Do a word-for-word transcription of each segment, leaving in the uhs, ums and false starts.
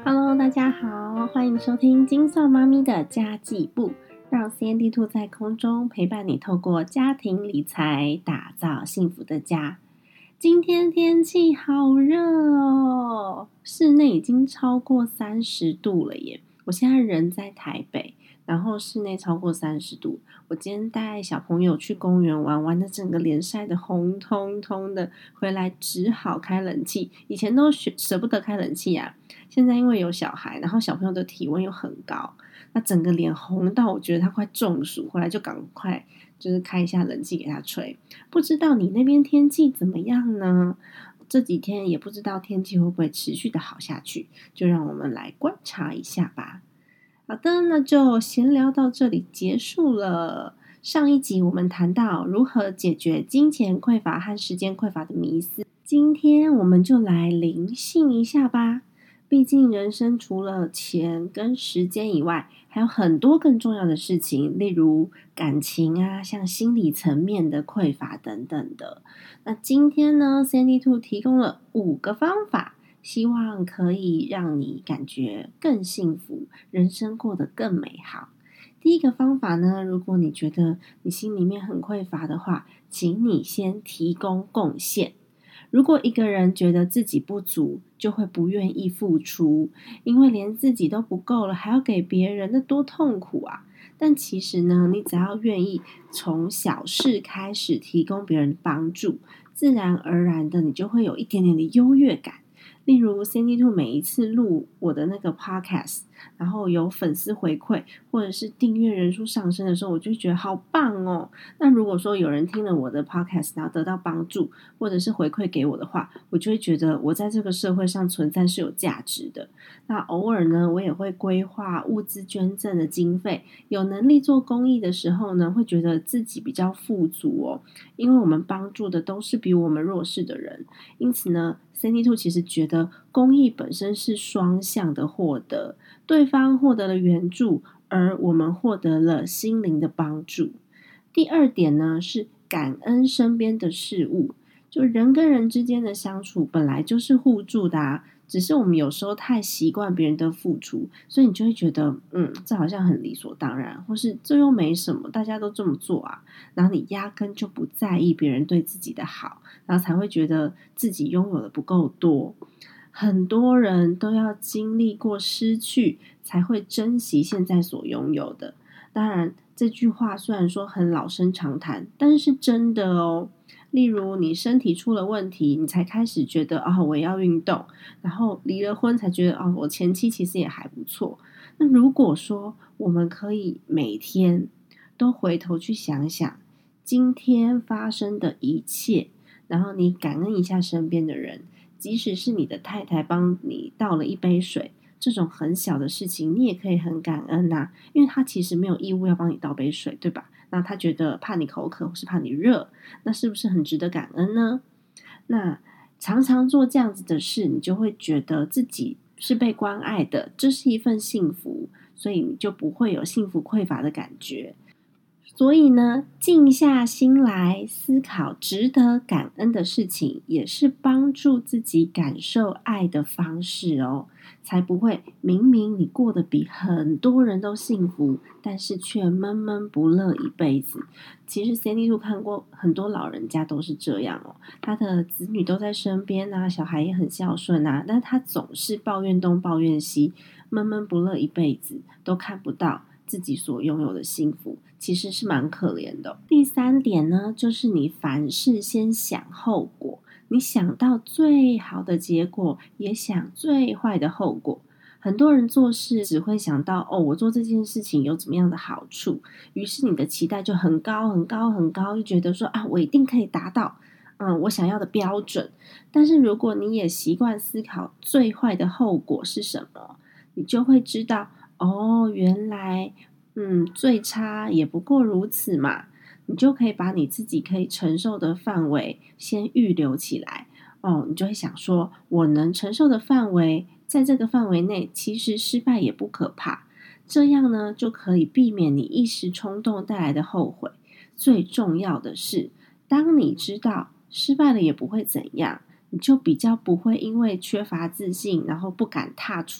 Hello，大家好，欢迎收听金算妈咪的家计部，让 C N D 兔在空中陪伴你，透过家庭理财打造幸福的家。今天天气好热哦，室内已经超过三十度了耶！我现在人在台北，然后室内超过三十度。我今天带小朋友去公园玩，玩的整个脸晒得红彤彤的，回来只好开冷气。以前都舍不得开冷气啊，现在因为有小孩，然后小朋友的体温又很高，那整个脸红到我觉得他快中暑，回来就赶快就是开一下冷气给他吹。不知道你那边天气怎么样呢？这几天也不知道天气会不会持续的好下去，就让我们来观察一下吧。好的，那就闲聊到这里结束了。上一集我们谈到如何解决金钱匮乏和时间匮乏的迷思，今天我们就来灵性一下吧。毕竟人生除了钱跟时间以外，还有很多更重要的事情，例如感情啊，像心理层面的匮乏等等的。那今天呢 C N D 兔提供了五个方法，希望可以让你感觉更幸福，人生过得更美好。第一个方法呢，如果你觉得你心里面很匮乏的话，请你先提供贡献。如果一个人觉得自己不足，就会不愿意付出，因为连自己都不够了，还要给别人，那多痛苦啊！但其实呢，你只要愿意从小事开始提供别人帮助，自然而然的你就会有一点点的优越感。例如 C N D 兔每一次录我的那个 podcast， 然后有粉丝回馈或者是订阅人数上升的时候，我就觉得好棒哦。那如果说有人听了我的 podcast 然后得到帮助或者是回馈给我的话，我就会觉得我在这个社会上存在是有价值的。那偶尔呢，我也会规划物资捐赠的经费，有能力做公益的时候呢，会觉得自己比较富足哦，因为我们帮助的都是比我们弱势的人。因此呢C N D 兔其实觉得公益本身是双向的获得，对方获得了援助，而我们获得了心灵的帮助。第二点呢，是感恩身边的事物。就人跟人之间的相处本来就是互助的啊，只是我们有时候太习惯别人的付出，所以你就会觉得嗯，这好像很理所当然，或是这又没什么，大家都这么做啊，然后你压根就不在意别人对自己的好，然后才会觉得自己拥有的不够多。很多人都要经历过失去，才会珍惜现在所拥有的。当然这句话虽然说很老生常谈，但是真的哦。例如你身体出了问题，你才开始觉得哦，我要运动，然后离了婚才觉得哦，我前妻其实也还不错。那如果说我们可以每天都回头去想想今天发生的一切，然后你感恩一下身边的人，即使是你的太太帮你倒了一杯水，这种很小的事情你也可以很感恩啊，因为他其实没有义务要帮你倒杯水，对吧？那他觉得怕你口渴或是怕你热，那是不是很值得感恩呢？那常常做这样子的事，你就会觉得自己是被关爱的，这是一份幸福，所以你就不会有幸福匮乏的感觉。所以呢，静下心来思考值得感恩的事情，也是帮助自己感受爱的方式哦，才不会明明你过得比很多人都幸福，但是却闷闷不乐一辈子。其实 C N D 兔看过很多老人家都是这样哦，他的子女都在身边啊，小孩也很孝顺啊，但他总是抱怨东抱怨西，闷闷不乐一辈子，都看不到自己所拥有的幸福，其实是蛮可怜的。第三点呢，就是你凡事先想后果，你想到最好的结果，也想最坏的后果。很多人做事只会想到哦，我做这件事情有怎么样的好处，于是你的期待就很高很高很高，就觉得说啊，我一定可以达到嗯，我想要的标准。但是如果你也习惯思考最坏的后果是什么，你就会知道哦，原来嗯，最差也不过如此嘛，你就可以把你自己可以承受的范围先预留起来哦，你就会想说我能承受的范围，在这个范围内其实失败也不可怕，这样呢就可以避免你一时冲动带来的后悔。最重要的是，当你知道失败了也不会怎样，你就比较不会因为缺乏自信然后不敢踏出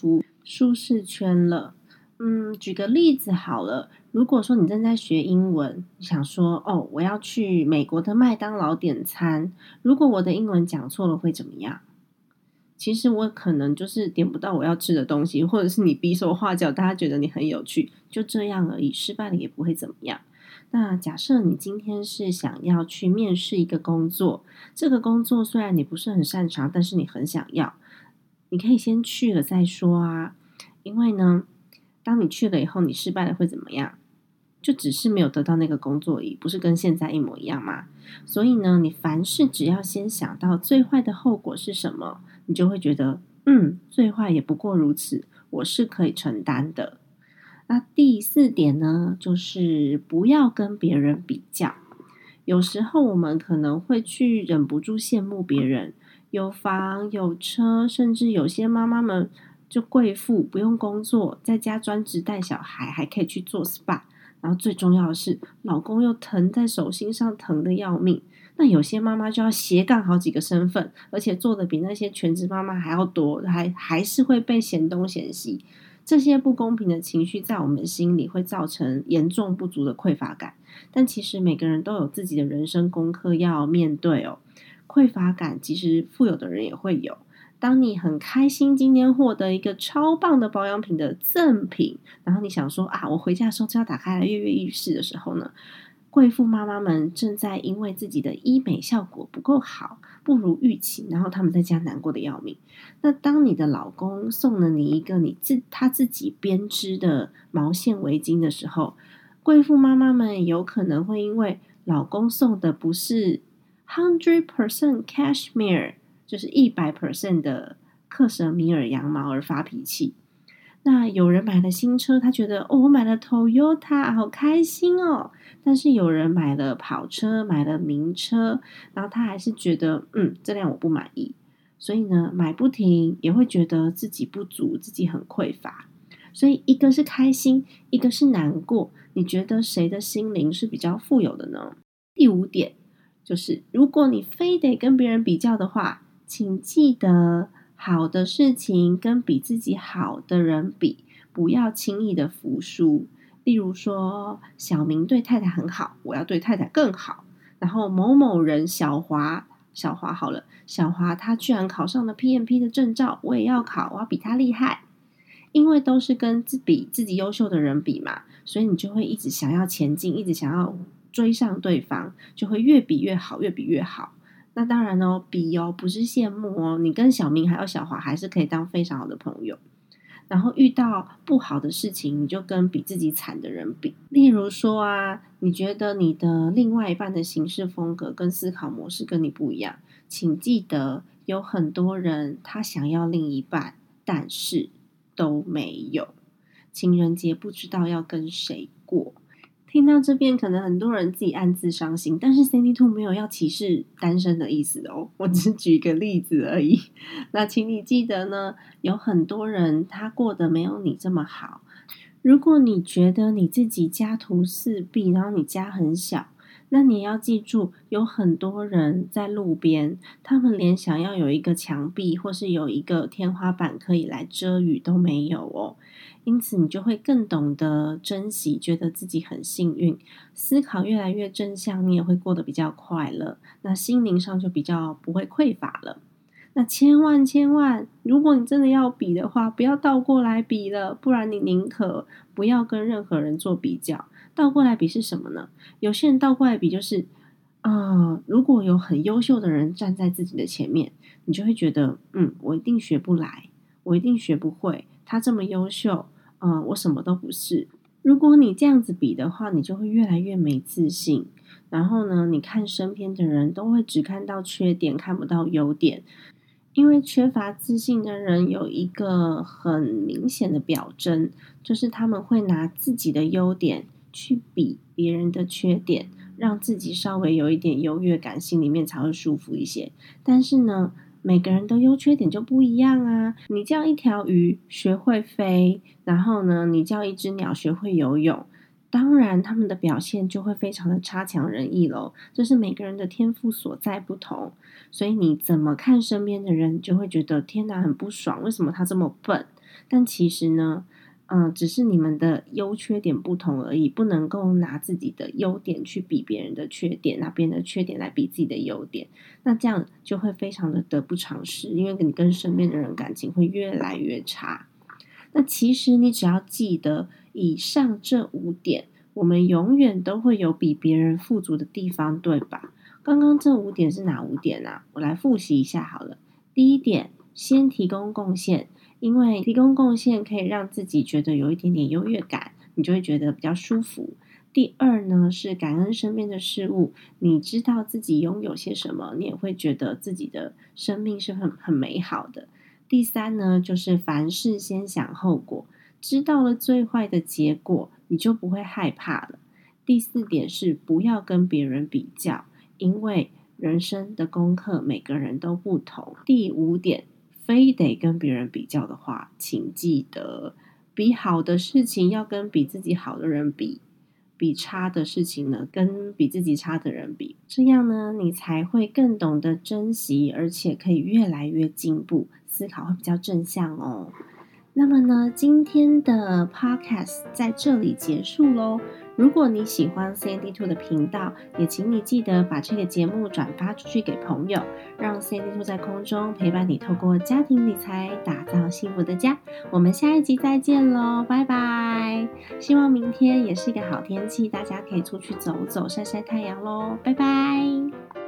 舒适圈了。嗯，举个例子好了，如果说你正在学英文，你想说哦，我要去美国的麦当劳点餐，如果我的英文讲错了会怎么样？其实我可能就是点不到我要吃的东西，或者是你比手画脚，大家觉得你很有趣，就这样而已，失败了也不会怎么样。那假设你今天是想要去面试一个工作，这个工作虽然你不是很擅长，但是你很想要，你可以先去了再说啊。因为呢，当你去了以后，你失败了会怎么样？就只是没有得到那个工作而已，不是跟现在一模一样吗？所以呢，你凡事只要先想到最坏的后果是什么，你就会觉得，嗯，最坏也不过如此，我是可以承担的。那第四点呢，就是不要跟别人比较。有时候我们可能会去忍不住羡慕别人，有房有车，甚至有些妈妈们就贵妇不用工作，在家专职带小孩，还可以去做 S P A。然后最重要的是，老公又疼在手心上，疼得要命。那有些妈妈就要斜杠好几个身份，而且做的比那些全职妈妈还要多，还还是会被嫌东嫌西。这些不公平的情绪在我们心里会造成严重不足的匮乏感。但其实每个人都有自己的人生功课要面对哦。匮乏感其实富有的人也会有。当你很开心今天获得一个超棒的保养品的赠品，然后你想说啊，我回家的时候就要打开来跃跃欲试的时候呢，贵妇妈妈们正在因为自己的医美效果不够好，不如预期，然后他们在家难过的要命。那当你的老公送了你一个你自他自己编织的毛线围巾的时候，贵妇妈妈们有可能会因为老公送的不是 hundred percent cashmere，就是一百 percent 的克什米尔羊毛而发脾气。那有人买了新车，他觉得哦，我买了 Toyota，好开心哦。但是有人买了跑车，买了名车，然后他还是觉得，嗯，这辆我不满意。所以呢，买不停，也会觉得自己不足，自己很匮乏。所以一个是开心，一个是难过。你觉得谁的心灵是比较富有的呢？第五点就是，如果你非得跟别人比较的话，请记得好的事情跟比自己好的人比，不要轻易的服输。例如说，小明对太太很好，我要对太太更好。然后某某人小华，小华好了，小华他居然考上了 P M P 的证照，我也要考，我要比他厉害。因为都是跟自比自己优秀的人比嘛，所以你就会一直想要前进，一直想要追上对方，就会越比越好，越比越好。那当然哦，比哦不是羡慕哦，你跟小明还有小华还是可以当非常好的朋友。然后遇到不好的事情，你就跟比自己惨的人比。例如说啊，你觉得你的另外一半的行事风格跟思考模式跟你不一样，请记得有很多人他想要另一半，但是都没有。情人节不知道要跟谁过。听到这边，可能很多人自己暗自伤心，但是 Sandy Two 没有要歧视单身的意思哦，我只举个例子而已。那请你记得呢，有很多人他过得没有你这么好。如果你觉得你自己家徒四壁，然后你家很小，那你要记住，有很多人在路边，他们连想要有一个墙壁或是有一个天花板可以来遮雨都没有哦。因此你就会更懂得珍惜，觉得自己很幸运，思考越来越正向，你也会过得比较快乐，那心灵上就比较不会匮乏了。那千万千万，如果你真的要比的话，不要倒过来比了，不然你宁可不要跟任何人做比较。倒过来比是什么呢？有些人倒过来比就是啊、呃如果有很优秀的人站在自己的前面，你就会觉得，嗯，我一定学不来，我一定学不会，他这么优秀，嗯、呃我什么都不是。如果你这样子比的话，你就会越来越没自信。然后呢，你看身边的人都会只看到缺点，看不到优点。因为缺乏自信的人有一个很明显的表征，就是他们会拿自己的优点去比别人的缺点，让自己稍微有一点优越感，心里面才会舒服一些。但是呢，每个人的优缺点就不一样啊。你叫一条鱼学会飞，然后呢，你叫一只鸟学会游泳，当然他们的表现就会非常的差强人意咯。这是每个人的天赋所在不同。所以你怎么看身边的人，就会觉得天哪，很不爽，为什么他这么笨？ 但其实呢，嗯、呃，只是你们的优缺点不同而已，不能够拿自己的优点去比别人的缺点，拿别人的缺点来比自己的优点，那这样就会非常的得不偿失，因为你跟身边的人感情会越来越差。那其实你只要记得以上这五点，我们永远都会有比别人富足的地方，对吧？刚刚这五点是哪五点啊？我来复习一下好了。第一点，先提供贡献，因为提供贡献可以让自己觉得有一点点优越感，你就会觉得比较舒服。第二呢，是感恩身边的事物，你知道自己拥有些什么，你也会觉得自己的生命是很很美好的。第三呢，就是凡事先想后果，知道了最坏的结果，你就不会害怕了。第四点是不要跟别人比较，因为人生的功课每个人都不同。第五点，非得跟别人比较的话，请记得比好的事情要跟比自己好的人比，比差的事情呢，跟比自己差的人比，这样呢，你才会更懂得珍惜，而且可以越来越进步，思考会比较正向哦。那么呢，今天的 podcast 在这里结束咯。如果你喜欢 C N D two 的频道，也请你记得把这个节目转发出去给朋友，让 C N D two 在空中陪伴你，透过家庭理财打造幸福的家。我们下一集再见咯，拜拜！希望明天也是一个好天气，大家可以出去走走，晒晒太阳咯，拜拜！